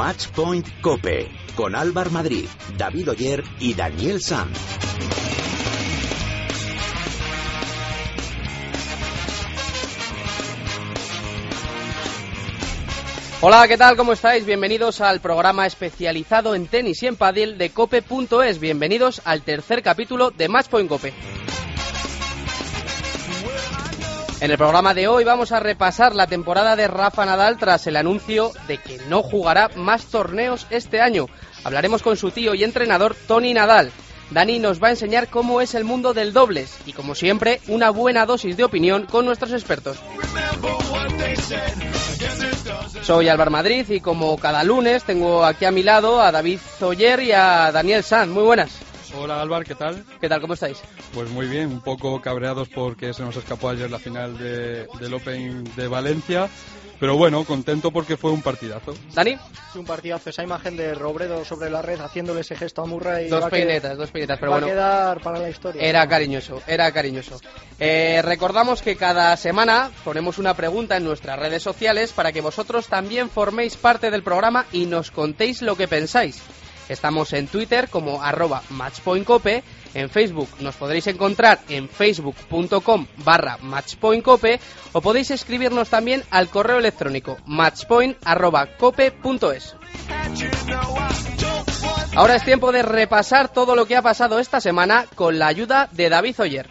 Match Point COPE, con Álvaro Madrid, David Oyer y Daniel Sanz. Hola, ¿qué tal? ¿Cómo estáis? Bienvenidos al programa especializado en tenis y en pádel de Cope.es. Bienvenidos al tercer capítulo de Match Point COPE. En el programa de hoy vamos a repasar la temporada de Rafa Nadal tras el anuncio de que no jugará más torneos este año. Hablaremos con su tío y entrenador Toni Nadal. Dani nos va a enseñar cómo es el mundo del dobles y, como siempre, una buena dosis de opinión con nuestros expertos. Soy Álvaro Madrid y, como cada lunes, tengo aquí a mi lado a David Oyer y a Daniel Sanz. Muy buenas. Hola Álvaro, ¿qué tal? ¿Qué tal? ¿Cómo estáis? Pues muy bien, un poco cabreados porque se nos escapó ayer la final del Open de Valencia, pero bueno, contento porque fue un partidazo. ¿Dani? Es un partidazo, esa imagen de Robredo sobre la red haciéndole ese gesto a Murray. Dos peinetas, pero bueno. Va a quedar para la historia. Era cariñoso. Recordamos que cada semana ponemos una pregunta en nuestras redes sociales para que vosotros también forméis parte del programa y nos contéis lo que pensáis. Estamos en Twitter como @matchpointcope, en Facebook nos podréis encontrar en facebook.com/matchpointcope o podéis escribirnos también al correo electrónico matchpoint@cope.es. Ahora es tiempo de repasar todo lo que ha pasado esta semana con la ayuda de David Oyer.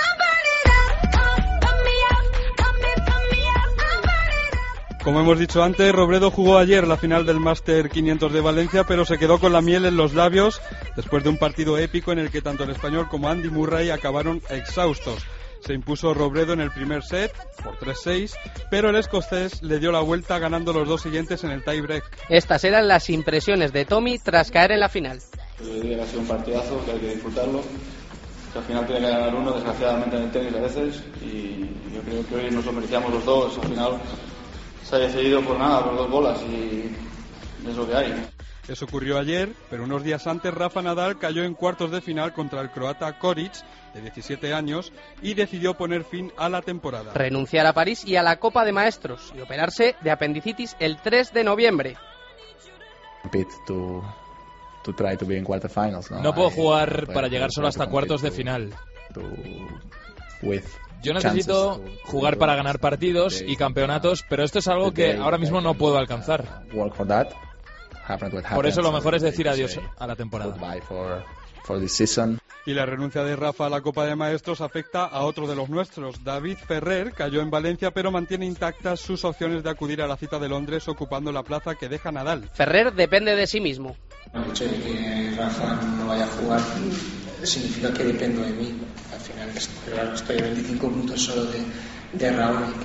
Como hemos dicho antes, Robredo jugó ayer la final del Máster 500 de Valencia, pero se quedó con la miel en los labios después de un partido épico en el que tanto el español como Andy Murray acabaron exhaustos. Se impuso Robredo en el primer set por 3-6, pero el escocés le dio la vuelta ganando los dos siguientes en el tie-break. Estas eran las impresiones de Tommy tras caer en la final. Yo diría que ha sido un partidazo, que hay que disfrutarlo. Que al final tiene que ganar uno, desgraciadamente, en el tenis a veces, y yo creo que hoy nos lo merecíamos los dos. Al final se ha decidido por nada, por 2 bolas, y es lo que hay. Eso ocurrió ayer, pero unos días antes Rafa Nadal cayó en cuartos de final contra el croata Koric, de 17 años, y decidió poner fin a la temporada. Renunciar a París y a la Copa de Maestros y operarse de apendicitis el 3 de noviembre. No puedo jugar para llegar solo hasta cuartos de final. Yo necesito jugar para ganar partidos y campeonatos, pero esto es algo que ahora mismo no puedo alcanzar. Por eso lo mejor es decir adiós a la temporada. Y la renuncia de Rafa a la Copa de Maestros afecta a otro de los nuestros. David Ferrer cayó en Valencia, pero mantiene intactas sus opciones de acudir a la cita de Londres, ocupando la plaza que deja Nadal. Ferrer depende de sí mismo. El hecho de que Rafa no vaya a jugar significa que dependo de mí. Al final estoy a 25 puntos solo de Raonic.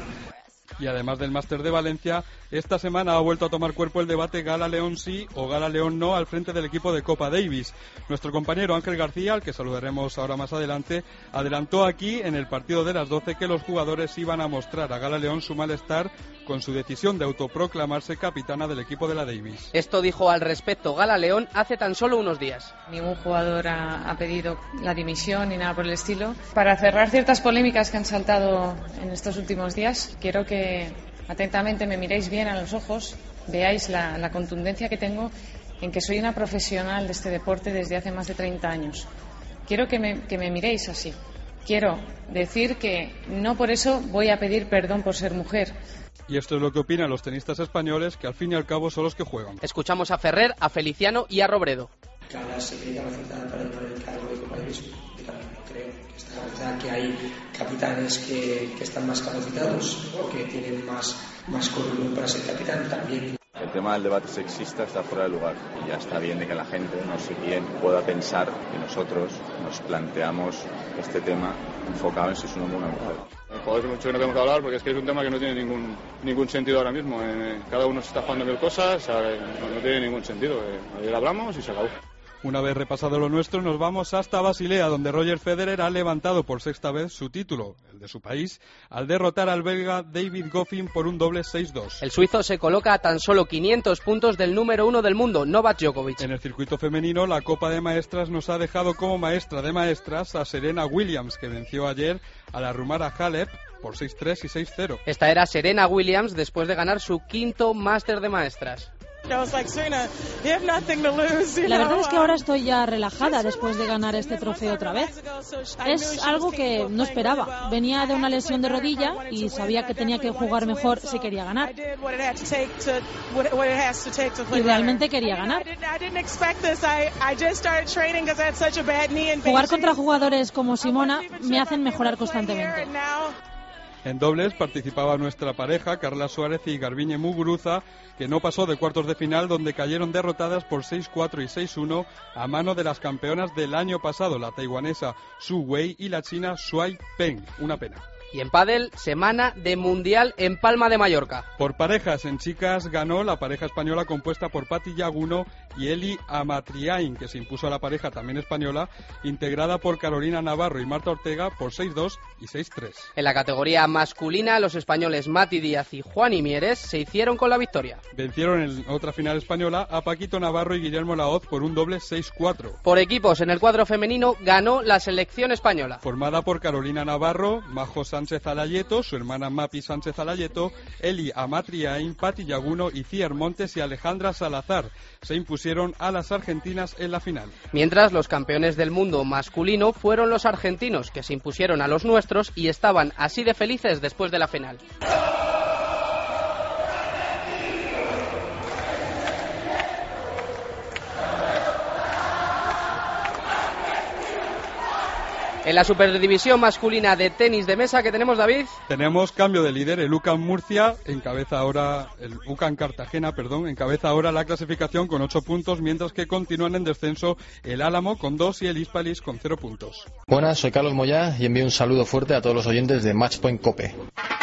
Y además del Máster de Valencia, esta semana ha vuelto a tomar cuerpo el debate Gala-León sí o Gala-León no al frente del equipo de Copa Davis. Nuestro compañero Ángel García, al que saludaremos ahora más adelante, adelantó aquí en el partido de las 12 que los jugadores iban a mostrar a Gala-León su malestar con su decisión de autoproclamarse capitana del equipo de la Davis. Esto dijo al respecto Gala-León hace tan solo unos días. Ningún jugador ha pedido la dimisión ni nada por el estilo. Para cerrar ciertas polémicas que han saltado en estos últimos días, quiero que atentamente me miréis bien a los ojos, veáis la contundencia que tengo en que soy una profesional de este deporte desde hace más de 30 años. Quiero que me miréis así. Quiero decir que no por eso voy a pedir perdón por ser mujer. Y esto es lo que opinan los tenistas españoles, que al fin y al cabo son los que juegan. Escuchamos a Ferrer, a Feliciano y a Robredo. Gala se cree capacitada para llevar el cargo de Copa Davis. Yo también lo creo. Que está capacitada, que hay capitanes que están más capacitados o que tienen más currículum para ser capitán también. El tema del debate sexista está fuera de lugar y ya está bien de que la gente, no sé quién, pueda pensar que nosotros nos planteamos este tema enfocado en si es un hombre o una mujer. Joder, mucho que no tenemos que hablar porque es que es un tema que no tiene ningún sentido ahora mismo. Cada uno se está jugando mil cosas, no tiene ningún sentido. Ayer hablamos y se acabó. Una vez repasado lo nuestro, nos vamos hasta Basilea, donde Roger Federer ha levantado por sexta vez su título, el de su país, al derrotar al belga David Goffin por un doble 6-2. El suizo se coloca a tan solo 500 puntos del número 1 del mundo, Novak Djokovic. En el circuito femenino, la Copa de Maestras nos ha dejado como maestra de maestras a Serena Williams, que venció ayer a la rumana Halep por 6-3 y 6-0. Esta era Serena Williams después de ganar su quinto máster de maestras. La verdad es que ahora estoy ya relajada después de ganar este trofeo otra vez. Es algo que no esperaba. Venía de una lesión de rodilla y sabía que tenía que jugar mejor si quería ganar. Y realmente quería ganar. Jugar contra jugadores como Simona me hacen mejorar constantemente. En dobles participaba nuestra pareja, Carla Suárez y Garbiñe Muguruza, que no pasó de cuartos de final, donde cayeron derrotadas por 6-4 y 6-1 a mano de las campeonas del año pasado, la taiwanesa Su Wei y la china Shuai Peng. Una pena. Y en pádel, semana de Mundial en Palma de Mallorca. Por parejas, en chicas ganó la pareja española compuesta por Patti Llaguno y Eli Amatriain, que se impuso a la pareja también española, integrada por Carolina Navarro y Marta Ortega por 6-2 y 6-3. En la categoría masculina, los españoles Mati Díaz y Juani Mieres se hicieron con la victoria. Vencieron en otra final española a Paquito Navarro y Guillermo Laoz por un doble 6-4. Por equipos, en el cuadro femenino ganó la selección española. Formada por Carolina Navarro, Majo Sánchez Alayeto, su hermana Mapi Sánchez Alayeto, Eli Amatriain, Patti Llaguno, Iciar Montes y Alejandra Salazar. Se impusieron a las argentinas en la final. Mientras, los campeones del mundo masculino fueron los argentinos, que se impusieron a los nuestros y estaban así de felices después de la final. En la superdivisión masculina de tenis de mesa, ¿qué tenemos, David? Tenemos cambio de líder. El UCAM Murcia encabeza ahora, el UCAM Cartagena, encabeza ahora la clasificación con 8 puntos, mientras que continúan en descenso el Álamo con 2 y el Hispalis con 0 puntos. Buenas, soy Carlos Moyá y envío un saludo fuerte a todos los oyentes de Matchpoint Cope.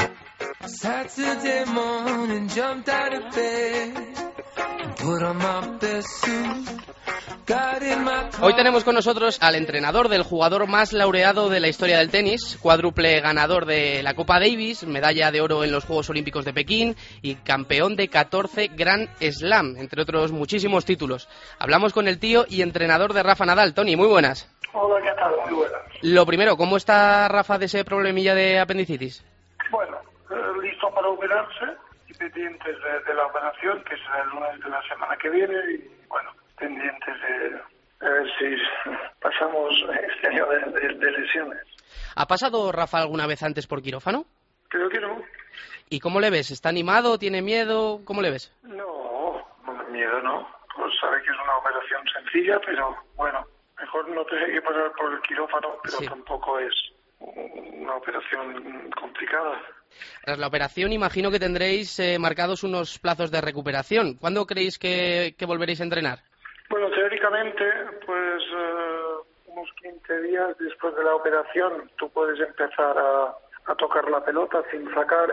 Hoy tenemos con nosotros al entrenador del jugador más laureado de la historia del tenis, cuádruple ganador de la Copa Davis, medalla de oro en los Juegos Olímpicos de Pekín y campeón de 14 Grand Slam, entre otros muchísimos títulos. Hablamos con el tío y entrenador de Rafa Nadal. Tony, muy buenas. Hola, ¿qué tal? Muy buenas. Lo primero, ¿cómo está Rafa de ese problemilla de apendicitis? Bueno, listo para operarse y pendientes de la operación, que será el lunes de la semana que viene, y bueno, pendientes de ver si pasamos este año de lesiones. ¿Ha pasado Rafa alguna vez antes por quirófano? Creo que no. ¿Y cómo le ves? ¿Está animado? ¿Tiene miedo? ¿Cómo le ves? No, miedo no. Pues sabe que es una operación sencilla, pero bueno, mejor no tener que pasar por el quirófano, pero sí, tampoco es una operación complicada. Tras la operación, imagino que tendréis marcados unos plazos de recuperación. ¿Cuándo creéis que volveréis a entrenar? Bueno, teóricamente, pues unos 15 días después de la operación tú puedes empezar a tocar la pelota sin sacar,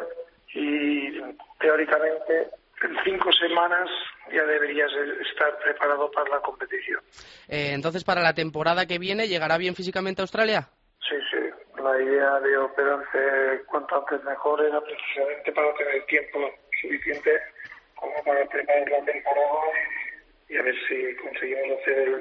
y teóricamente en 5 semanas ya deberías estar preparado para la competición. Entonces, para la temporada que viene, ¿llegará bien físicamente a Australia? Sí, sí. La idea de operarse cuanto antes mejor era precisamente para tener tiempo suficiente como para preparar la temporada y a ver si conseguimos hacer el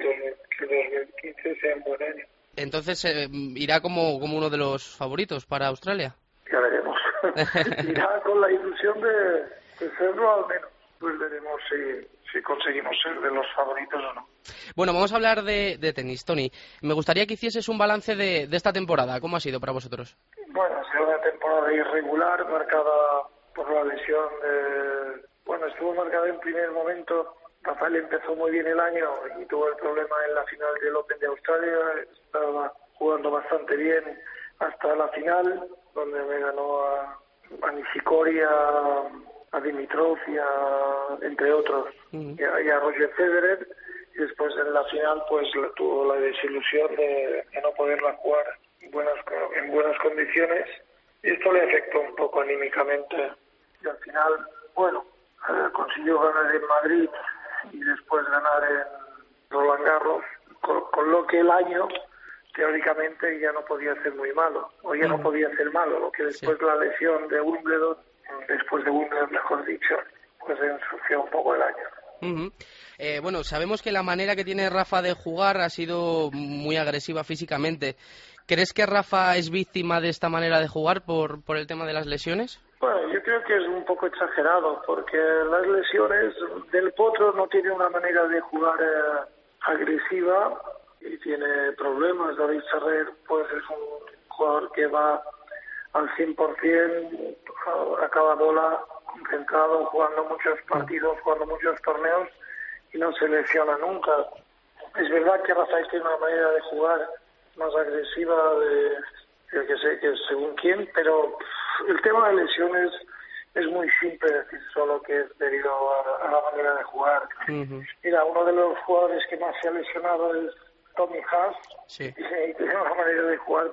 2015 sea un buen año. Entonces, ¿irá como uno de los favoritos para Australia? Ya veremos. Irá con la ilusión de serlo al menos. Pues veremos si conseguimos ser de los favoritos o no. Bueno, vamos a hablar de tenis, Tony. Me gustaría que hicieses un balance de esta temporada. ¿Cómo ha sido para vosotros? Bueno, ha sido una temporada irregular, marcada por la lesión de... Bueno, estuvo marcada en primer momento. Rafael empezó muy bien el año y tuvo el problema en la final del Open de Australia. Estaba jugando bastante bien hasta la final, donde me ganó a Nishikori, a Dimitrov entre otros, y a Roger Federer, y después en la final pues tuvo la desilusión de no poderla jugar en buenas condiciones, y esto le afectó un poco anímicamente, y al final, bueno, consiguió ganar en Madrid y después ganar en Roland Garros, con lo que el año teóricamente ya no podía ser muy malo, o ya no podía ser malo, lo que después la lesión de Wimbledon, después de Wimbledon, mejor dicho, pues ensució un poco el año. Bueno, sabemos que la manera que tiene Rafa de jugar ha sido muy agresiva físicamente. ¿Crees que Rafa es víctima de esta manera de jugar por el tema de las lesiones? Bueno, yo creo que es un poco exagerado, porque las lesiones del Potro no tiene una manera de jugar agresiva y tiene problemas. David Ferrer pues es un jugador que va al 100% a cada bola, concentrado, jugando muchos partidos, jugando muchos torneos y no se lesiona nunca. Es verdad que Rafael tiene una manera de jugar más agresiva que según quién, pero el tema de lesiones es muy simple decir solo que es debido a la manera de jugar. Mira, uno de los jugadores que más se ha lesionado es Tommy Haas, y tiene una manera de jugar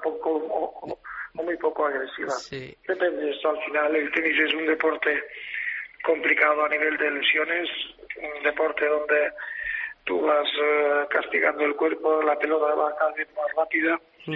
muy poco agresiva. Depende de esto, al final el tenis es un deporte complicado a nivel de lesiones, un deporte donde tú vas castigando el cuerpo, la pelota va cada vez más rápida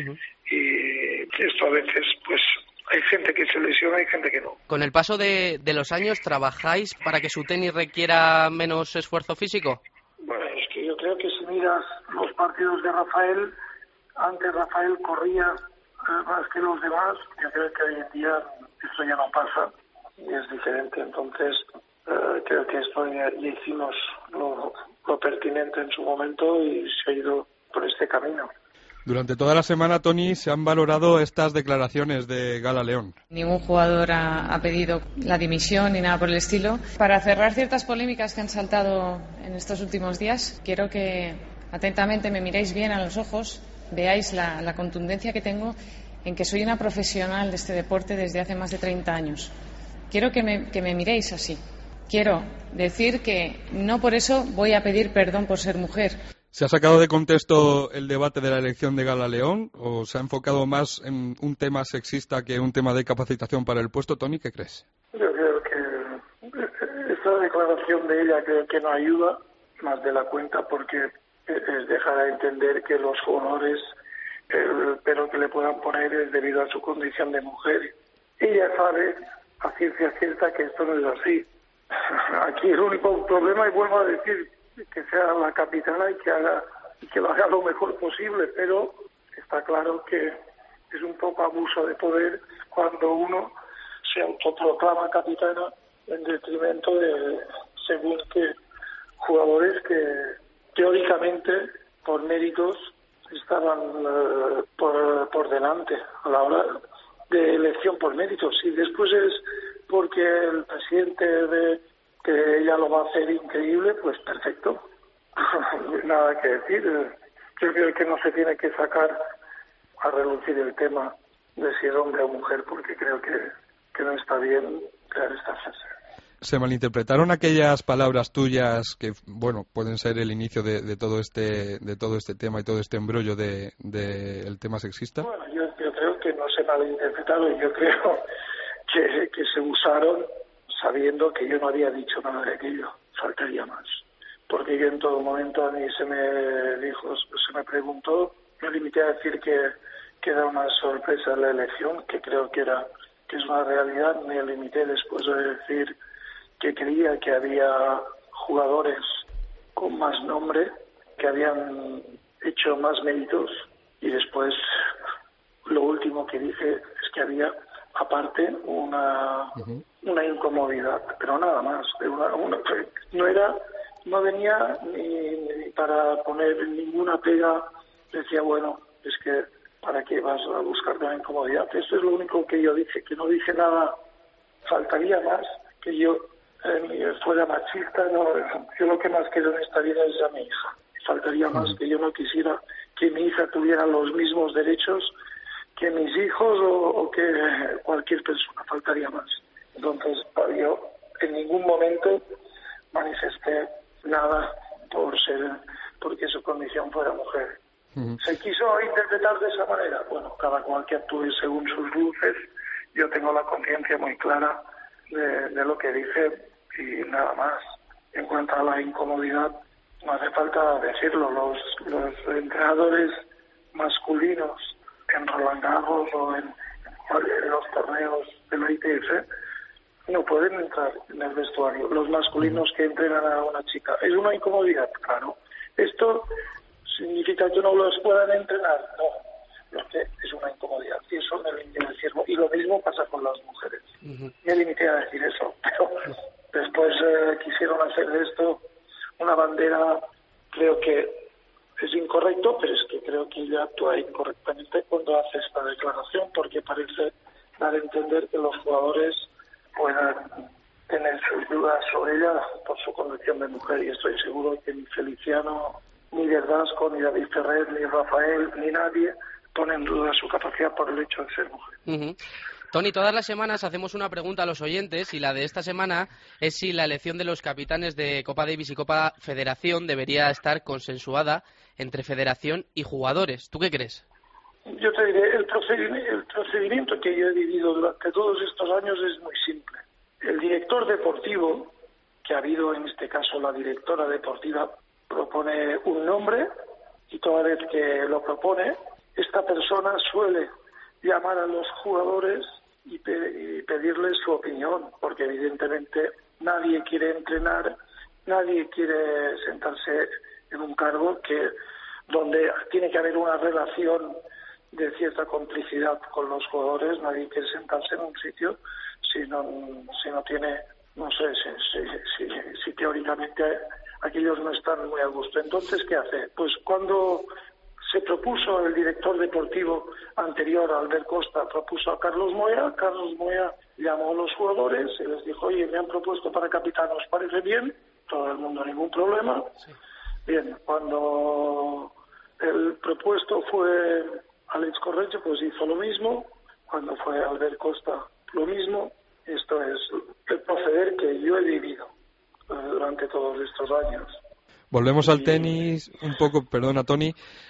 y esto a veces pues hay gente que se lesiona y hay gente que no. Con el paso de los años, ¿trabajáis para que su tenis requiera menos esfuerzo físico? Bueno, es que yo creo que si miras los partidos de Rafael, antes Rafael corría más que los demás. Yo creo que hoy en día esto ya no pasa y es diferente. Entonces creo que esto ya hicimos lo pertinente en su momento y se ha ido por este camino. Durante toda la semana, Toni, se han valorado estas declaraciones de Gala León. Ningún jugador ha pedido la dimisión ni nada por el estilo. Para cerrar ciertas polémicas que han saltado en estos últimos días, quiero que atentamente me miréis bien a los ojos, veáis la contundencia que tengo en que soy una profesional de este deporte desde hace más de 30 años. Quiero que me miréis así. Quiero decir que no por eso voy a pedir perdón por ser mujer. ¿Se ha sacado de contexto el debate de la elección de Gala León o se ha enfocado más en un tema sexista que un tema de capacitación para el puesto? Toni, ¿qué crees? Yo creo que esta declaración de ella creo que no ayuda más de la cuenta, porque es dejar a entender que los jugadores el pero que le puedan poner es debido a su condición de mujer. Ella sabe a ciencia cierta que esto no es así. Aquí el único problema, y vuelvo a decir, que sea la capitana y que lo haga lo mejor posible, pero está claro que es un poco abuso de poder cuando uno se autoproclama capitana en detrimento de según qué jugadores que teóricamente por méritos estaban por delante a la hora de elección por méritos. Y después es porque el presidente ve que ella lo va a hacer increíble, pues perfecto. Nada que decir. Yo creo que no se tiene que sacar a relucir el tema de si es hombre o mujer, porque creo que no está bien crear esta frase. ¿Se malinterpretaron aquellas palabras tuyas que, bueno, pueden ser el inicio de todo este tema y todo este embrollo del tema sexista? Bueno, yo creo que no se malinterpretaron. Yo creo que se usaron sabiendo que yo no había dicho nada de aquello. Faltaría más. Porque yo en todo momento a mí se me preguntó, me limité a decir que era una sorpresa la elección, que creo que es una realidad. Me limité después de decir que creía que había jugadores con más nombre, que habían hecho más méritos, y después lo último que dije es que había aparte una incomodidad, pero nada más. No venía ni para poner ninguna pega. Decía, bueno, es que ¿para qué vas a buscar una incomodidad? Esto es lo único que yo dije, que no dije nada. Faltaría más que yo fuera machista. No, yo lo que más quiero en esta vida es a mi hija. Faltaría más que yo no quisiera que mi hija tuviera los mismos derechos que mis hijos o que cualquier persona. Faltaría más. Entonces yo en ningún momento manifesté nada porque su condición fuera mujer. ¿Se quiso interpretar de esa manera? Bueno, cada cual que actúe según sus luces. Yo tengo la conciencia muy clara de lo que dije y nada más. En cuanto a la incomodidad, no hace falta decirlo. Los entrenadores masculinos en Roland Garros o en los torneos de la ITF no pueden entrar en el vestuario. Los masculinos que entrenan a una chica, ¿es una incomodidad? Claro. ¿Esto significa que no los puedan entrenar? No, lo que es una incomodidad, y eso me lo quiero decir. Y lo mismo pasa con las mujeres. Me limité a decir eso, pero después quisieron hacer de esto una bandera. Creo que es incorrecto, pero es que creo que ella actúa incorrectamente cuando hace esta declaración, porque parece dar a entender que los jugadores puedan tener sus dudas sobre ella por su condición de mujer, y estoy seguro que ni Feliciano, ni Verdasco, ni David Ferrer, ni Rafael, ni nadie ponen en duda su capacidad por el hecho de ser mujer. Tony, todas las semanas hacemos una pregunta a los oyentes, y la de esta semana es si la elección de los capitanes de Copa Davis y Copa Federación debería estar consensuada entre federación y jugadores. ¿Tú qué crees? Yo te diré, el procedimiento que yo he vivido durante todos estos años es muy simple. El director deportivo, que ha habido en este caso la directora deportiva, propone un nombre, y toda vez que lo propone, esta persona suele llamar a los jugadores y pedirles su opinión, porque evidentemente nadie quiere entrenar, nadie quiere sentarse en un cargo donde tiene que haber una relación de cierta complicidad con los jugadores. Nadie quiere sentarse en un sitio si no tiene, no sé, si teóricamente aquellos no están muy a gusto. Entonces, ¿qué hace? Pues cuando se propuso el director deportivo anterior, Albert Costa, propuso a Carlos Moya llamó a los jugadores y les dijo: oye, me han propuesto para capitán, ¿os parece bien? Todo el mundo, ningún problema. Sí. Bien, cuando el propuesto fue Alex Correggio, pues hizo lo mismo. Cuando fue Albert Costa, lo mismo. Esto es el proceder que yo he vivido durante todos estos años. Volvemos al tenis un poco, perdona Tony.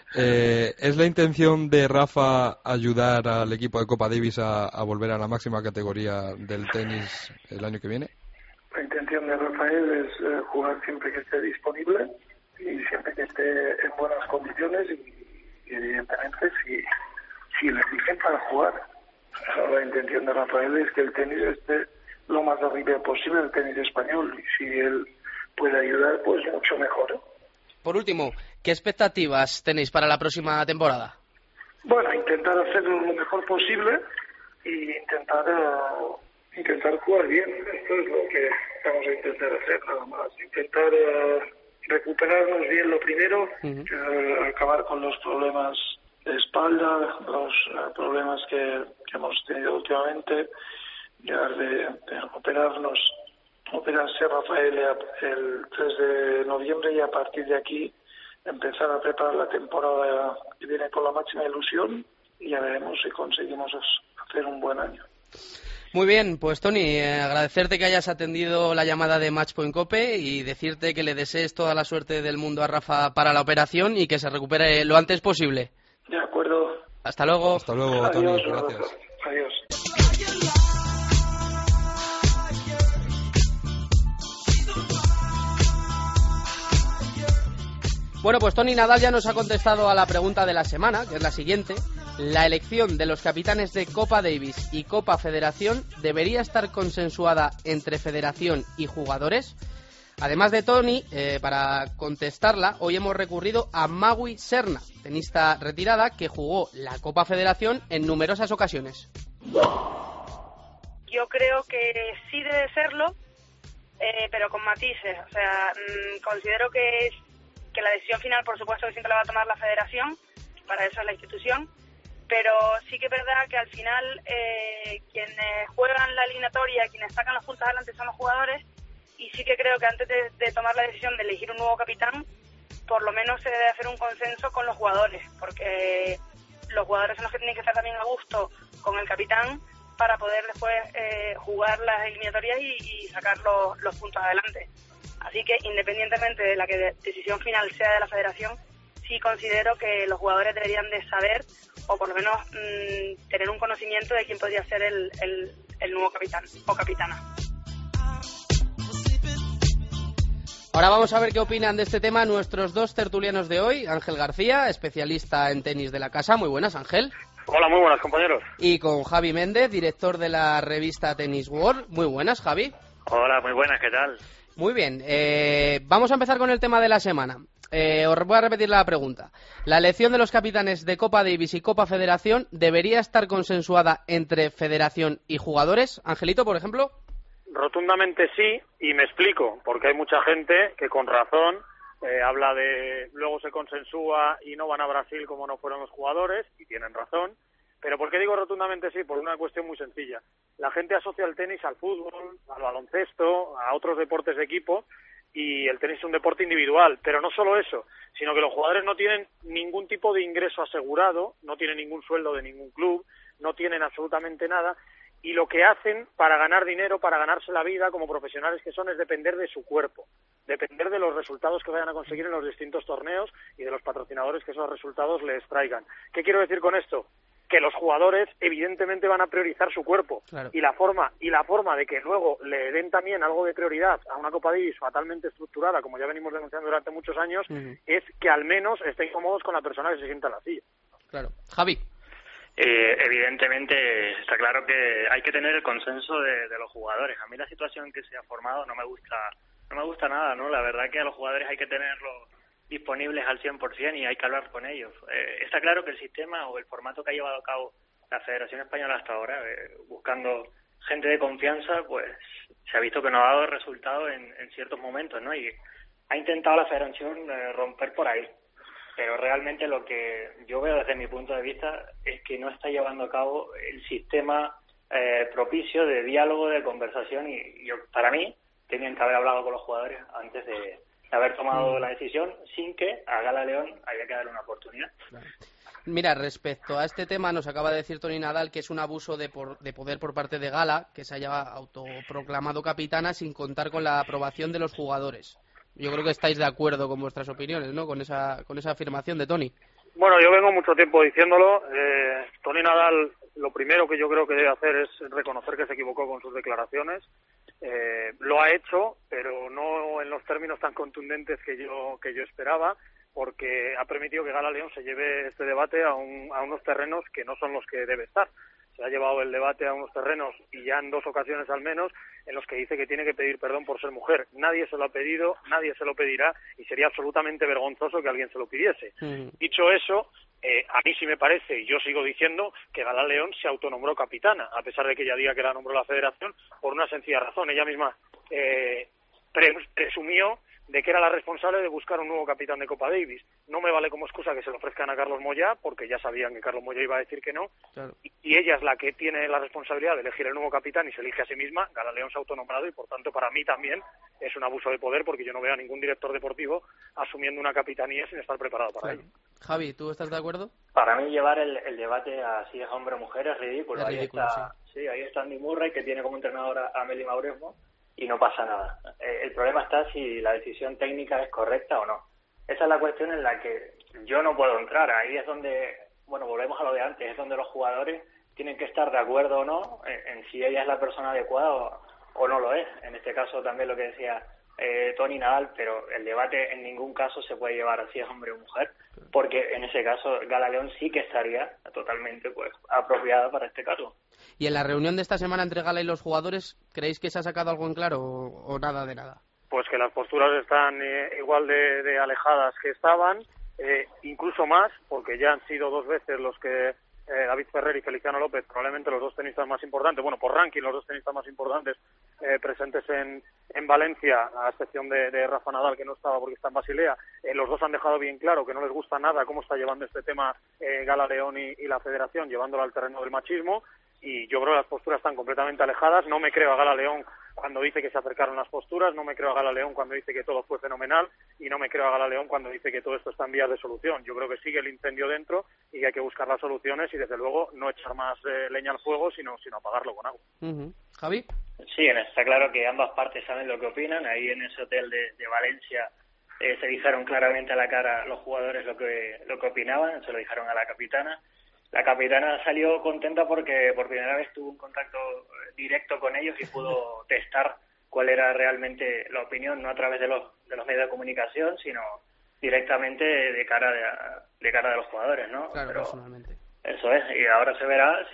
¿Es la intención de Rafa ayudar al equipo de Copa Davis a volver a la máxima categoría del tenis el año que viene? La intención de Rafael es jugar siempre que esté disponible y siempre que esté en buenas condiciones, y evidentemente si le exigen para jugar. La intención de Rafael es que el tenis esté lo más arriba posible, el tenis español, y si él puede ayudar, pues mucho mejor. Por último, ¿qué expectativas tenéis para la próxima temporada? Bueno, intentar hacerlo lo mejor posible y intentar jugar bien. Esto es lo que vamos a intentar hacer, nada más. Intentar recuperarnos bien lo primero, acabar con los problemas de espalda, los problemas que hemos tenido últimamente, llegar de operarse Rafael el 3 de noviembre, y a partir de aquí empezar a preparar la temporada que viene con la máxima ilusión, y ya veremos si conseguimos hacer un buen año. Muy bien, pues Tony, agradecerte que hayas atendido la llamada de Matchpoint Cope y decirte que le desees toda la suerte del mundo a Rafa para la operación y que se recupere lo antes posible. De acuerdo. Hasta luego. Hasta luego, Tony. Adiós, gracias. Adiós. Bueno, pues Tony Nadal ya nos ha contestado a la pregunta de la semana, que es la siguiente. ¿La elección de los capitanes de Copa Davis y Copa Federación debería estar consensuada entre federación y jugadores? Además de Tony, para contestarla, hoy hemos recurrido a Maui Serna, tenista retirada que jugó la Copa Federación en numerosas ocasiones. Yo creo que sí debe serlo, pero con matices. O sea, considero que la decisión final, por supuesto, que siempre la va a tomar la federación, para eso es la institución, pero sí que es verdad que al final quienes juegan la eliminatoria, quienes sacan los puntos adelante son los jugadores, y sí que creo que antes de tomar la decisión de elegir un nuevo capitán, por lo menos se debe hacer un consenso con los jugadores, porque los jugadores son los que tienen que estar también a gusto con el capitán para poder después jugar las eliminatorias y sacar los puntos adelante. Así que, independientemente de la que decisión final sea de la federación, sí considero que los jugadores deberían de saber, o por lo menos tener un conocimiento de quién podría ser el nuevo capitán o capitana. Ahora vamos a ver qué opinan de este tema nuestros dos tertulianos de hoy. Ángel García, especialista en tenis de la casa. Muy buenas, Ángel. Hola, muy buenas, compañeros. Y con Javi Méndez, director de la revista Tennis World. Muy buenas, Javi. Hola, muy buenas, ¿qué tal? Muy bien, vamos a empezar con el tema de la semana. os voy a repetir la pregunta. ¿La elección de los capitanes de Copa Davis y Copa Federación debería estar consensuada entre Federación y jugadores? Angelito, por ejemplo. Rotundamente sí, y me explico, porque hay mucha gente que con razón habla de luego se consensúa y no van a Brasil como no fueron los jugadores, y tienen razón. Pero ¿por qué digo rotundamente sí? Por una cuestión muy sencilla. La gente asocia el tenis al fútbol, al baloncesto, a otros deportes de equipo, y el tenis es un deporte individual. Pero no solo eso, sino que los jugadores no tienen ningún tipo de ingreso asegurado, no tienen ningún sueldo de ningún club, no tienen absolutamente nada, y lo que hacen para ganar dinero, para ganarse la vida como profesionales que son, es depender de su cuerpo, depender de los resultados que vayan a conseguir en los distintos torneos y de los patrocinadores que esos resultados les traigan. ¿Qué quiero decir con esto? Que los jugadores evidentemente van a priorizar su cuerpo, claro. y la forma de que luego le den también algo de prioridad a una Copa Davis fatalmente estructurada, como ya venimos denunciando durante muchos años, es que al menos estén cómodos con la persona que se sienta en la silla. Claro. Javi. Evidentemente está claro que hay que tener el consenso de los jugadores. A mí la situación que se ha formado no me gusta nada, ¿no? La verdad que a los jugadores hay que tenerlos disponibles al 100% y hay que hablar con ellos. Está claro que el sistema o el formato que ha llevado a cabo la Federación Española hasta ahora, buscando gente de confianza, pues se ha visto que no ha dado resultado en ciertos momentos, ¿no? Y ha intentado la Federación romper por ahí. Pero realmente lo que yo veo desde mi punto de vista es que no está llevando a cabo el sistema propicio de diálogo, de conversación, y para mí tenían que haber hablado con los jugadores antes de haber tomado la decisión, sin que a Gala León haya que darle una oportunidad. Claro. Mira, respecto a este tema, nos acaba de decir Toni Nadal que es un abuso de poder por parte de Gala, que se haya autoproclamado capitana sin contar con la aprobación de los jugadores. Yo creo que estáis de acuerdo con vuestras opiniones, ¿no? Con esa afirmación de Toni. Bueno, yo vengo mucho tiempo diciéndolo. Toni Nadal, lo primero que yo creo que debe hacer es reconocer que se equivocó con sus declaraciones. Lo ha hecho, pero no en los términos tan contundentes que yo esperaba, porque ha permitido que Gala León se lleve este debate a unos terrenos que no son los que debe estar. Se ha llevado el debate a unos terrenos, y ya en 2 ocasiones al menos, en los que dice que tiene que pedir perdón por ser mujer. Nadie se lo ha pedido, nadie se lo pedirá, y sería absolutamente vergonzoso que alguien se lo pidiese. Dicho eso, a mí sí me parece, y yo sigo diciendo, que Gala León se autonombró capitana, a pesar de que ella diga que la nombró la Federación, por una sencilla razón. Ella misma presumió de que era la responsable de buscar un nuevo capitán de Copa Davis. No me vale como excusa que se lo ofrezcan a Carlos Moyá, porque ya sabían que Carlos Moyá iba a decir que no, claro. y ella es la que tiene la responsabilidad de elegir el nuevo capitán y se elige a sí misma. Gala León se ha autonombrado, y por tanto para mí también es un abuso de poder, porque yo no veo a ningún director deportivo asumiendo una capitanía sin estar preparado para ello. Javi, ¿tú estás de acuerdo? Para mí llevar el debate a si es hombre o mujer es ridículo. Es ridículo, sí, ahí está Andy Murray, que tiene como entrenador a Meli Mauresmo, y no pasa nada. El problema está si la decisión técnica es correcta o no. Esa es la cuestión en la que yo no puedo entrar. Ahí es donde, bueno, volvemos a lo de antes, es donde los jugadores tienen que estar de acuerdo o no en si ella es la persona adecuada o no lo es. En este caso también lo que decía Toni Nadal, pero el debate en ningún caso se puede llevar a si es hombre o mujer, porque en ese caso Gala León sí que estaría totalmente apropiada para este caso. ¿Y en la reunión de esta semana entre Gala y los jugadores, creéis que se ha sacado algo en claro o nada de nada? Pues que las posturas están igual de alejadas que estaban, incluso más, porque ya han sido 2 veces los que David Ferrer y Feliciano López, probablemente los 2 tenistas más importantes, bueno, por ranking los 2 tenistas más importantes presentes en Valencia, a excepción de Rafa Nadal, que no estaba porque está en Basilea. Los 2 han dejado bien claro que no les gusta nada cómo está llevando este tema Gala León y la Federación, llevándolo al terreno del machismo, y yo creo que las posturas están completamente alejadas. No me creo a Gala León cuando dice que se acercaron las posturas, no me creo a Gala León cuando dice que todo fue fenomenal, y no me creo a Gala León cuando dice que todo esto está en vías de solución. Yo creo que sigue el incendio dentro y que hay que buscar las soluciones, y desde luego no echar más leña al fuego, sino apagarlo con agua. ¿Javi? Sí, está claro que ambas partes saben lo que opinan. Ahí en ese hotel de Valencia se dijeron claramente a la cara los jugadores lo que opinaban, se lo dijeron a la capitana. La capitana salió contenta porque por primera vez tuvo un contacto directo con ellos y pudo testar cuál era realmente la opinión, no a través de los medios de comunicación, sino directamente de cara de los jugadores, ¿no? Claro, personalmente. Eso es, y ahora se verá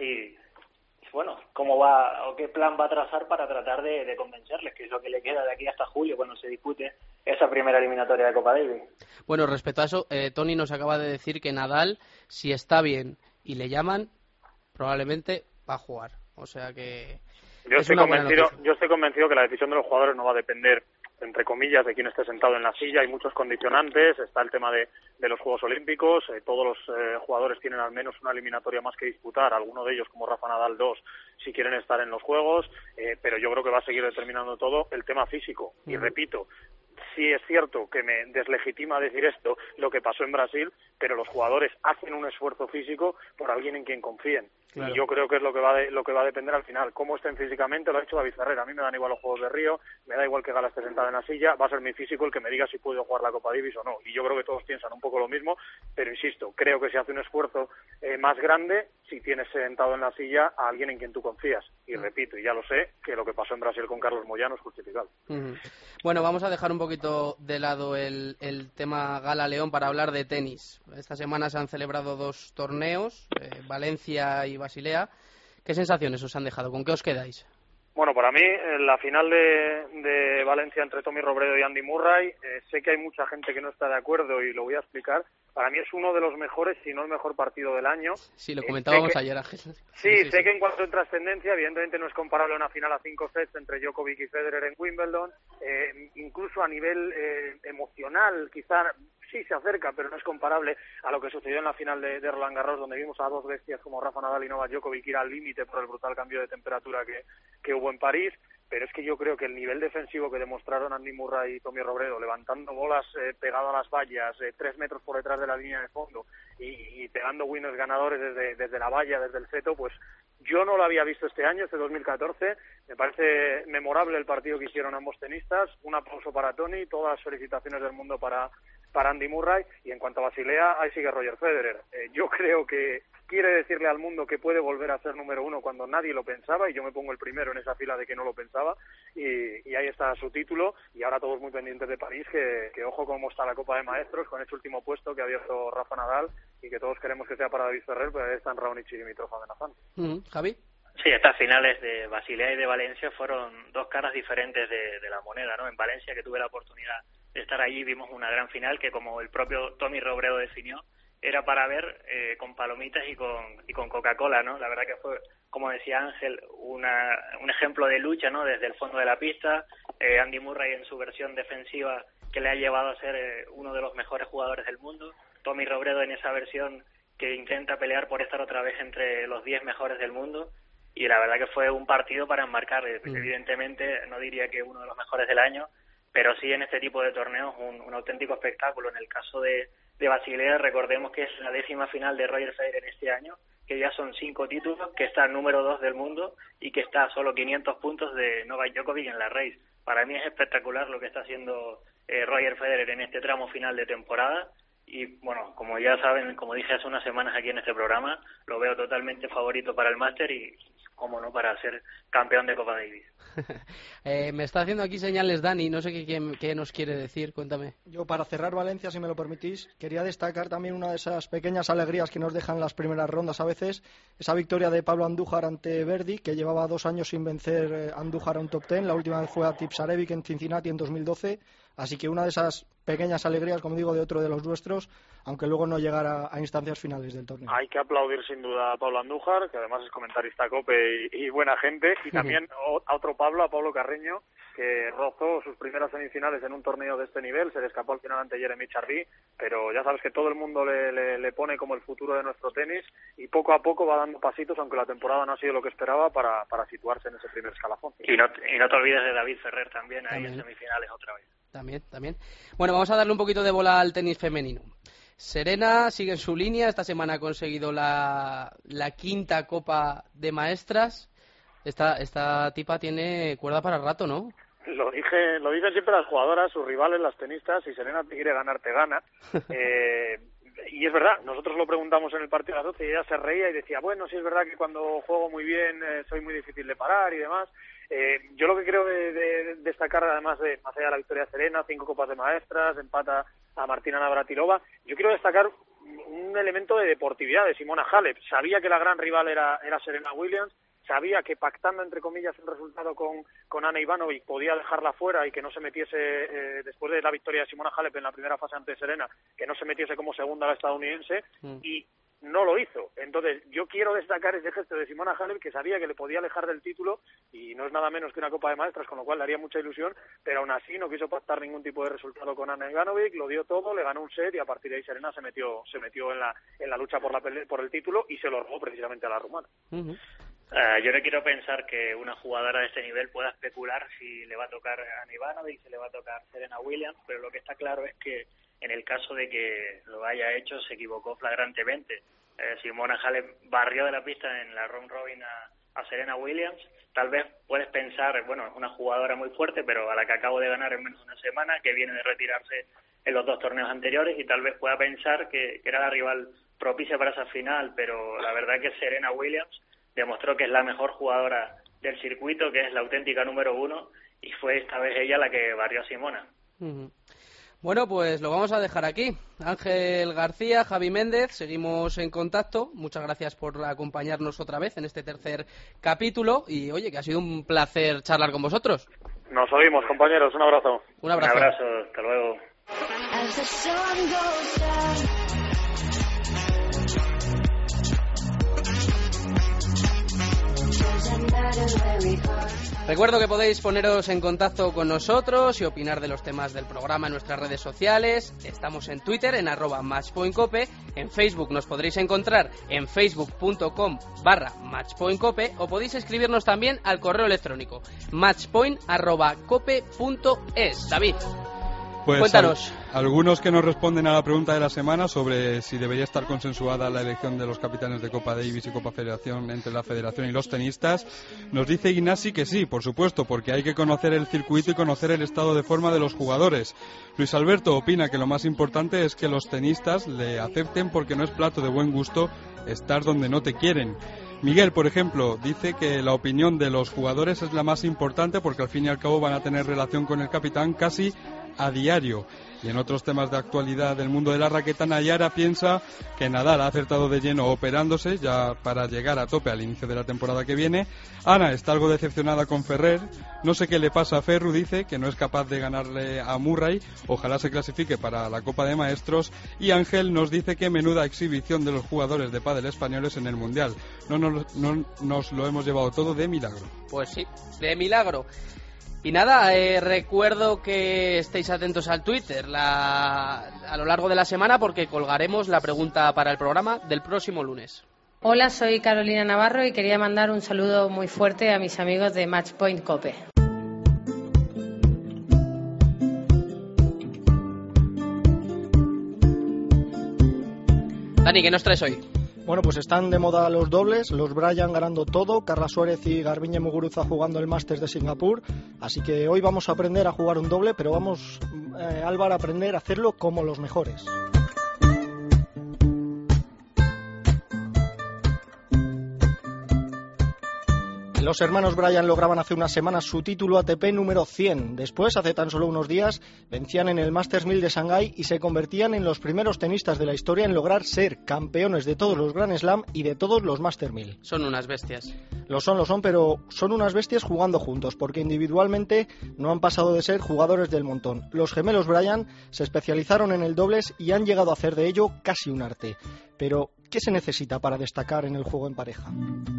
cómo va o qué plan va a trazar para tratar de convencerles, que es lo que le queda de aquí hasta julio, cuando se dispute esa primera eliminatoria de Copa Davis. Bueno, respecto a eso, Tony nos acaba de decir que Nadal, si está bien y le llaman, probablemente va a jugar. O sea que yo estoy convencido que la decisión de los jugadores no va a depender, entre comillas, de quién esté sentado en la silla. Hay muchos condicionantes, está el tema de los Juegos Olímpicos, todos los jugadores tienen al menos una eliminatoria más que disputar, algunos de ellos, como Rafa Nadal, 2, si quieren estar en los Juegos, pero yo creo que va a seguir determinando todo el tema físico. Y repito, sí es cierto que me deslegitima decir esto, lo que pasó en Brasil, pero los jugadores hacen un esfuerzo físico por alguien en quien confíen. Claro. Y yo creo que es lo que va a depender al final. Cómo estén físicamente, lo ha dicho David Ferrer. A mí me dan igual los Juegos de Río, me da igual que Gala esté sentada en la silla, va a ser mi físico el que me diga si puedo jugar la Copa Davis o no. Y yo creo que todos piensan un poco lo mismo, pero insisto, creo que se hace un esfuerzo más grande si tienes sentado en la silla a alguien en quien tú confías. Y repito, y ya lo sé, que lo que pasó en Brasil con Carlos Moyano es justificado. Bueno, vamos a dejar un poquito de lado el tema Gala León para hablar de tenis. Esta semana se han celebrado 2 torneos, Valencia y Basilea. ¿Qué sensaciones os han dejado? ¿Con qué os quedáis? Bueno, para mí, la final de Valencia entre Tommy Robredo y Andy Murray, sé que hay mucha gente que no está de acuerdo y lo voy a explicar. Para mí es uno de los mejores, si no el mejor partido del año. Sí, lo comentábamos ayer, Ángel. Sí, sé que en cuanto a trascendencia, evidentemente no es comparable a una final a 5 sets entre Djokovic y Federer en Wimbledon. Incluso a nivel emocional, quizá sí se acerca, pero no es comparable a lo que sucedió en la final de Roland Garros, donde vimos a 2 bestias como Rafa Nadal y Novak Djokovic ir al límite por el brutal cambio de temperatura que hubo en París. Pero es que yo creo que el nivel defensivo que demostraron Andy Murray y Tommy Robredo, levantando bolas pegado a las vallas, 3 metros por detrás de la línea de fondo y pegando winners ganadores desde la valla, desde el seto, pues yo no lo había visto este año, este 2014. Me parece memorable el partido que hicieron ambos tenistas. Un aplauso para Tony, todas las felicitaciones del mundo para Andy Murray. Y en cuanto a Basilea, ahí sigue Roger Federer. Yo creo que quiere decirle al mundo que puede volver a ser número 1 cuando nadie lo pensaba, y yo me pongo el primero en esa fila de que no lo pensaba, y ahí está su título. Y ahora todos muy pendientes de París, que ojo cómo está la Copa de Maestros con ese último puesto que ha abierto Rafa Nadal, y que todos queremos que sea para David Ferrer, pero ahí están Raonic y Dimitrov amenazando. ¿Javi? Sí, estas finales de Basilea y de Valencia fueron 2 caras diferentes de la moneda, ¿no? En Valencia, que tuve la oportunidad de estar allí, vimos una gran final que, como el propio Tommy Robredo definió, era para ver con palomitas y con Coca-Cola, ¿no? La verdad que fue, como decía Ángel, un ejemplo de lucha, ¿no? Desde el fondo de la pista, Andy Murray en su versión defensiva, que le ha llevado a ser uno de los mejores jugadores del mundo, Tommy Robredo en esa versión que intenta pelear por estar otra vez entre los 10 mejores del mundo. Y la verdad que fue un partido para enmarcar. Evidentemente no diría que uno de los mejores del año, pero sí en este tipo de torneos un auténtico espectáculo. En el caso de Basilea, recordemos que es la 10ª final de Roger Federer este año, que ya son 5 títulos, que está número 2 del mundo y que está a solo 500 puntos de Novak Djokovic en la race. Para mí es espectacular lo que está haciendo Roger Federer en este tramo final de temporada. Y bueno, como ya saben, como dije hace unas semanas aquí en este programa, lo veo totalmente favorito para el Máster y, como no, para ser campeón de Copa Davis. Me está haciendo aquí señales Dani, no sé qué nos quiere decir, cuéntame. Yo, para cerrar Valencia, si me lo permitís, quería destacar también una de esas pequeñas alegrías que nos dejan las primeras rondas a veces, esa victoria de Pablo Andújar ante Verdi, que llevaba 2 años sin vencer Andújar a un top 10, la última vez fue a Tipsarevic en Cincinnati en 2012, así que una de esas pequeñas alegrías, como digo, de otro de los nuestros, aunque luego no llegara a instancias finales del torneo. Hay que aplaudir sin duda a Pablo Andújar, que además es comentarista COPE y buena gente, y también a otro Pablo, a Pablo Carreño, que rozó sus primeras semifinales en un torneo de este nivel, se le escapó al final ante Jeremy Chardy, pero ya sabes que todo el mundo le pone como el futuro de nuestro tenis, y poco a poco va dando pasitos, aunque la temporada no ha sido lo que esperaba, para situarse en ese primer escalafón. Y no te olvides de David Ferrer también, ahí en semifinales otra vez. También. Bueno, vamos a darle un poquito de bola al tenis femenino. Serena sigue en su línea, esta semana ha conseguido la 5ª Copa de Maestras. Esta tipa tiene cuerda para rato, ¿no? Lo dicen siempre las jugadoras, sus rivales, las tenistas, si Serena te quiere ganar, te gana. Y es verdad, nosotros lo preguntamos en el partido de las 12 y ella se reía y decía, bueno, sí es verdad que cuando juego muy bien soy muy difícil de parar y demás. Yo lo que creo de destacar, además de más allá de la victoria de Serena, 5 Copas de Maestras, empata a Martina Navratilova, yo quiero destacar un elemento de deportividad de Simona Halep. Sabía que la gran rival era Serena Williams, sabía que pactando entre comillas un resultado con Ana Ivanovic podía dejarla fuera y que no se metiese, después de la victoria de Simona Halep en la primera fase ante Serena, que no se metiese como segunda la estadounidense, y no lo hizo. Entonces yo quiero destacar ese gesto de Simona Halep, que sabía que le podía alejar del título, y no es nada menos que una Copa de Maestras, con lo cual le haría mucha ilusión, pero aún así no quiso pactar ningún tipo de resultado con Ana Ivanovic, lo dio todo, le ganó un set, y a partir de ahí Serena se metió en la lucha por el título, y se lo robó precisamente a la rumana. Yo no quiero pensar que una jugadora de este nivel pueda especular si le va a tocar a Ana Ivanovic, si le va a tocar Serena Williams, pero lo que está claro es que en el caso de que lo haya hecho, se equivocó flagrantemente. Simona Halep barrió de la pista en la round robin a Serena Williams. Tal vez puedes pensar, bueno, es una jugadora muy fuerte, pero a la que acabo de ganar en menos de una semana, que viene de retirarse en los 2 torneos anteriores, y tal vez pueda pensar que era la rival propicia para esa final, pero la verdad es que Serena Williams demostró que es la mejor jugadora del circuito, que es la auténtica número 1, y fue esta vez ella la que barrió a Simona. Bueno, pues lo vamos a dejar aquí. Ángel García, Javi Méndez, seguimos en contacto. Muchas gracias por acompañarnos otra vez en este tercer capítulo. Y oye, que ha sido un placer charlar con vosotros. Nos oímos, compañeros. Un abrazo. Un abrazo. Un abrazo. Hasta luego. Recuerdo que podéis poneros en contacto con nosotros y opinar de los temas del programa en nuestras redes sociales. Estamos en Twitter en @matchpointcope, en Facebook nos podréis encontrar en facebook.com/matchpointcope, o podéis escribirnos también al correo electrónico matchpoint@cope.es. David, pues cuéntanos. Algunos que nos responden a la pregunta de la semana sobre si debería estar consensuada la elección de los capitanes de Copa Davis y Copa Federación entre la Federación y los tenistas. Nos dice Ignasi que sí, por supuesto, porque hay que conocer el circuito y conocer el estado de forma de los jugadores. Luis Alberto opina que lo más importante es que los tenistas le acepten, porque no es plato de buen gusto estar donde no te quieren. Miguel, por ejemplo, dice que la opinión de los jugadores es la más importante, porque al fin y al cabo van a tener relación con el capitán casi a diario. Y en otros temas de actualidad del mundo de la raqueta, Nayara piensa que Nadal ha acertado de lleno operándose ya para llegar a tope al inicio de la temporada que viene. Ana está algo decepcionada con Ferrer. No sé qué le pasa a Ferru, dice que no es capaz de ganarle a Murray. Ojalá se clasifique para la Copa de Maestros. Y Ángel nos dice que menuda exhibición de los jugadores de pádel españoles en el Mundial. No nos lo hemos llevado todo de milagro. Pues sí, de milagro. Y nada, recuerdo que estéis atentos al Twitter a lo largo de la semana, porque colgaremos la pregunta para el programa del próximo lunes. Hola, soy Carolina Navarro y quería mandar un saludo muy fuerte a mis amigos de Matchpoint Cope. Dani, ¿qué nos traes hoy? Bueno, pues están de moda los dobles, los Bryan ganando todo, Carla Suárez y Garbiñe Muguruza jugando el Masters de Singapur, así que hoy vamos a aprender a jugar un doble, pero vamos, Álvaro, a aprender a hacerlo como los mejores. Los hermanos Bryan lograban hace unas semanas su título ATP número 100. Después, hace tan solo unos días, vencían en el Masters 1000 de Shanghái y se convertían en los primeros tenistas de la historia en lograr ser campeones de todos los Grand Slam y de todos los Masters 1000. Son unas bestias. Lo son, pero son unas bestias jugando juntos, porque individualmente no han pasado de ser jugadores del montón. Los gemelos Bryan se especializaron en el dobles y han llegado a hacer de ello casi un arte. Pero, ¿qué se necesita para destacar en el juego en pareja?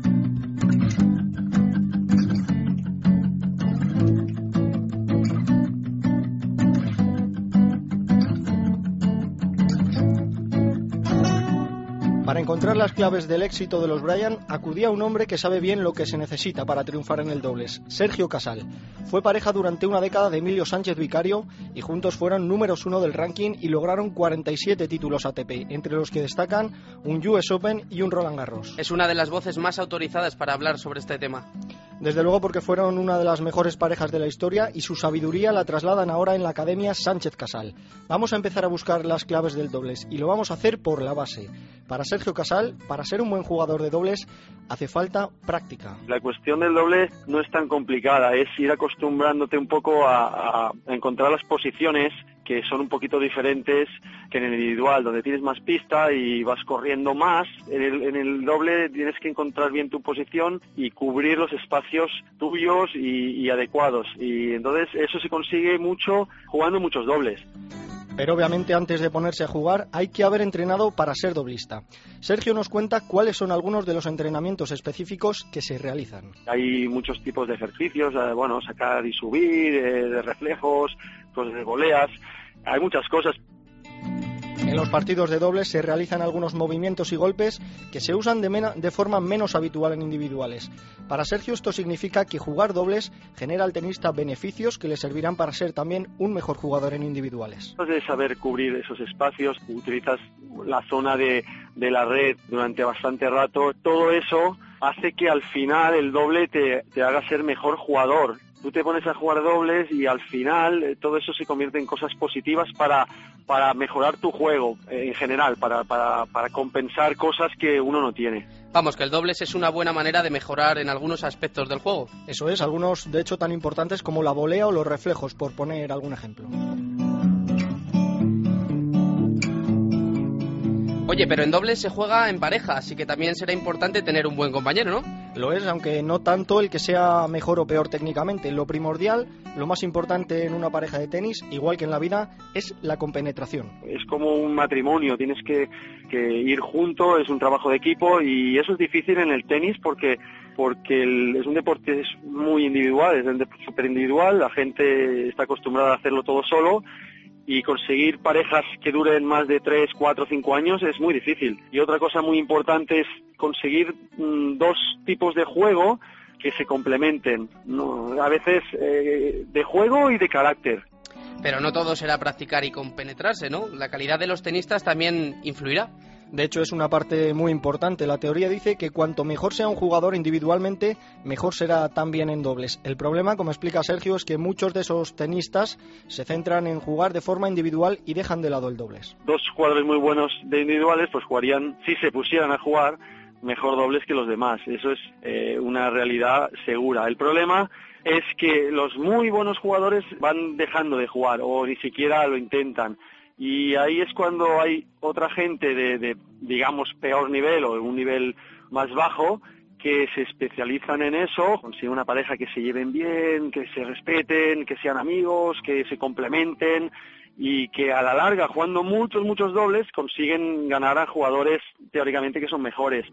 Para encontrar las claves del éxito de los Bryan, acudía un hombre que sabe bien lo que se necesita para triunfar en el dobles, Sergio Casal. Fue pareja durante una década de Emilio Sánchez Vicario y juntos fueron números 1 del ranking y lograron 47 títulos ATP, entre los que destacan un US Open y un Roland Garros. Es una de las voces más autorizadas para hablar sobre este tema. Desde luego, porque fueron una de las mejores parejas de la historia y su sabiduría la trasladan ahora en la Academia Sánchez Casal. Vamos a empezar a buscar las claves del dobles y lo vamos a hacer por la base. Para Sergio Casal, para ser un buen jugador de dobles, hace falta práctica. La cuestión del doble no es tan complicada, es ir acostumbrándote un poco a encontrar las posiciones que son un poquito diferentes que en el individual, donde tienes más pista y vas corriendo más. En el doble tienes que encontrar bien tu posición y cubrir los espacios tuyos y adecuados. Y entonces eso se consigue mucho jugando muchos dobles. Pero obviamente antes de ponerse a jugar hay que haber entrenado para ser doblista. Sergio nos cuenta cuáles son algunos de los entrenamientos específicos que se realizan. Hay muchos tipos de ejercicios, sacar y subir, de reflejos, cosas de voleas, hay muchas cosas. En los partidos de dobles se realizan algunos movimientos y golpes que se usan de forma menos habitual en individuales. Para Sergio esto significa que jugar dobles genera al tenista beneficios que le servirán para ser también un mejor jugador en individuales. De saber cubrir esos espacios, utilizas la zona de la red durante bastante rato, todo eso hace que al final el doble te haga ser mejor jugador. Tú te pones a jugar dobles y al final todo eso se convierte en cosas positivas para mejorar tu juego en general, para compensar cosas que uno no tiene. Vamos, que el dobles es una buena manera de mejorar en algunos aspectos del juego. Eso es, algunos de hecho tan importantes como la volea o los reflejos, por poner algún ejemplo. Oye, pero en dobles se juega en pareja, así que también será importante tener un buen compañero, ¿no? Lo es, aunque no tanto el que sea mejor o peor técnicamente. Lo primordial, lo más importante en una pareja de tenis, igual que en la vida, es la compenetración. Es como un matrimonio, tienes que ir junto, es un trabajo de equipo y eso es difícil en el tenis porque es un deporte muy individual, es súper individual, la gente está acostumbrada a hacerlo todo solo. Y conseguir parejas que duren más de 3, 4, 5 años es muy difícil. Y otra cosa muy importante es conseguir dos tipos de juego que se complementen, ¿no? A veces de juego y de carácter. Pero no todo será practicar y compenetrarse, ¿no? La calidad de los tenistas también influirá. De hecho, es una parte muy importante. La teoría dice que cuanto mejor sea un jugador individualmente, mejor será también en dobles. El problema, como explica Sergio, es que muchos de esos tenistas se centran en jugar de forma individual y dejan de lado el dobles. Dos jugadores muy buenos de individuales pues jugarían, si se pusieran a jugar, mejor dobles que los demás. Eso es una realidad segura. El problema es que los muy buenos jugadores van dejando de jugar o ni siquiera lo intentan. Y ahí es cuando hay otra gente de digamos, peor nivel o un nivel más bajo que se especializan en eso, consiguen una pareja que se lleven bien, que se respeten, que sean amigos, que se complementen y que a la larga, jugando muchos dobles, consiguen ganar a jugadores teóricamente que son mejores.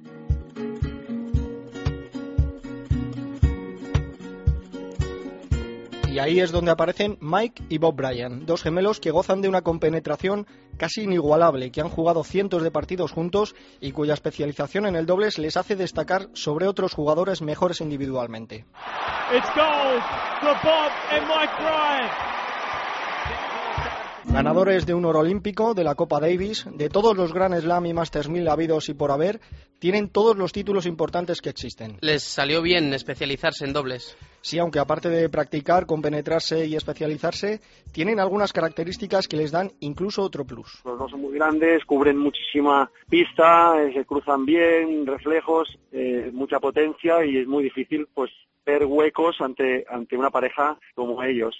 Y ahí es donde aparecen Mike y Bob Bryan, dos gemelos que gozan de una compenetración casi inigualable, que han jugado cientos de partidos juntos y cuya especialización en el dobles les hace destacar sobre otros jugadores mejores individualmente. It's gold for Bob and Mike Bryan. Ganadores de un oro olímpico, de la Copa Davis, de todos los Grand Slam y Masters 1000 habidos y por haber, tienen todos los títulos importantes que existen. Les salió bien especializarse en dobles. Sí, aunque aparte de practicar, compenetrarse y especializarse, tienen algunas características que les dan incluso otro plus. Los dos son muy grandes, cubren muchísima pista, se cruzan bien, reflejos, mucha potencia y es muy difícil pues ver huecos ante una pareja como ellos.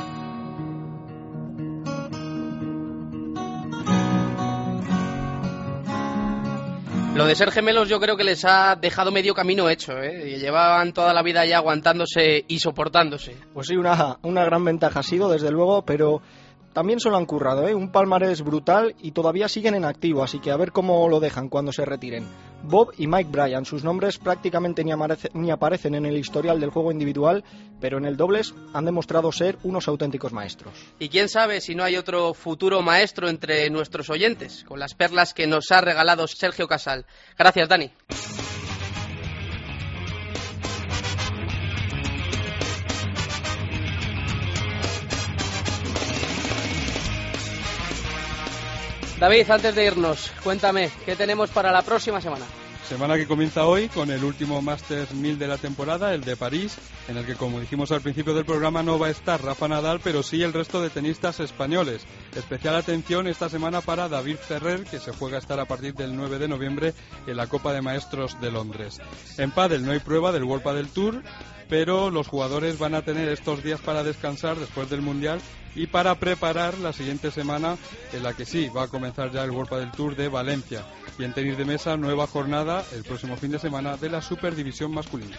Lo de ser gemelos yo creo que les ha dejado medio camino hecho, ¿eh? Llevaban toda la vida ya aguantándose y soportándose. Pues sí, una gran ventaja ha sido, desde luego, pero también se lo han currado, ¿eh? Un palmarés brutal y todavía siguen en activo, así que a ver cómo lo dejan cuando se retiren. Bob y Mike Bryan, sus nombres prácticamente ni aparecen en el historial del juego individual, pero en el dobles han demostrado ser unos auténticos maestros. Y quién sabe si no hay otro futuro maestro entre nuestros oyentes, con las perlas que nos ha regalado Sergio Casal. Gracias, Dani. David, antes de irnos, cuéntame, ¿qué tenemos para la próxima semana? Semana que comienza hoy con el último Masters 1000 de la temporada, el de París, en el que, como dijimos al principio del programa, no va a estar Rafa Nadal, pero sí el resto de tenistas españoles. Especial atención esta semana para David Ferrer, que se juega a estar a partir del 9 de noviembre en la Copa de Maestros de Londres. En pádel no hay prueba del World Padel Tour, pero los jugadores van a tener estos días para descansar después del Mundial y para preparar la siguiente semana en la que sí va a comenzar ya el World Padel Tour de Valencia. Y en tenis de mesa, nueva jornada el próximo fin de semana de la Superdivisión masculina.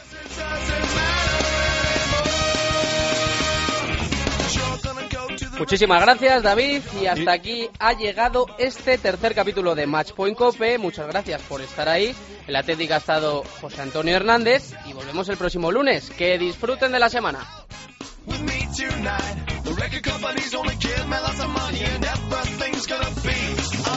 Muchísimas gracias, David, y hasta aquí ha llegado este tercer capítulo de Matchpoint Cope. Muchas gracias por estar ahí. En la técnica ha estado José Antonio Hernández y volvemos el próximo lunes. Que disfruten de la semana. The record companies only give me lots of money and everything's gonna be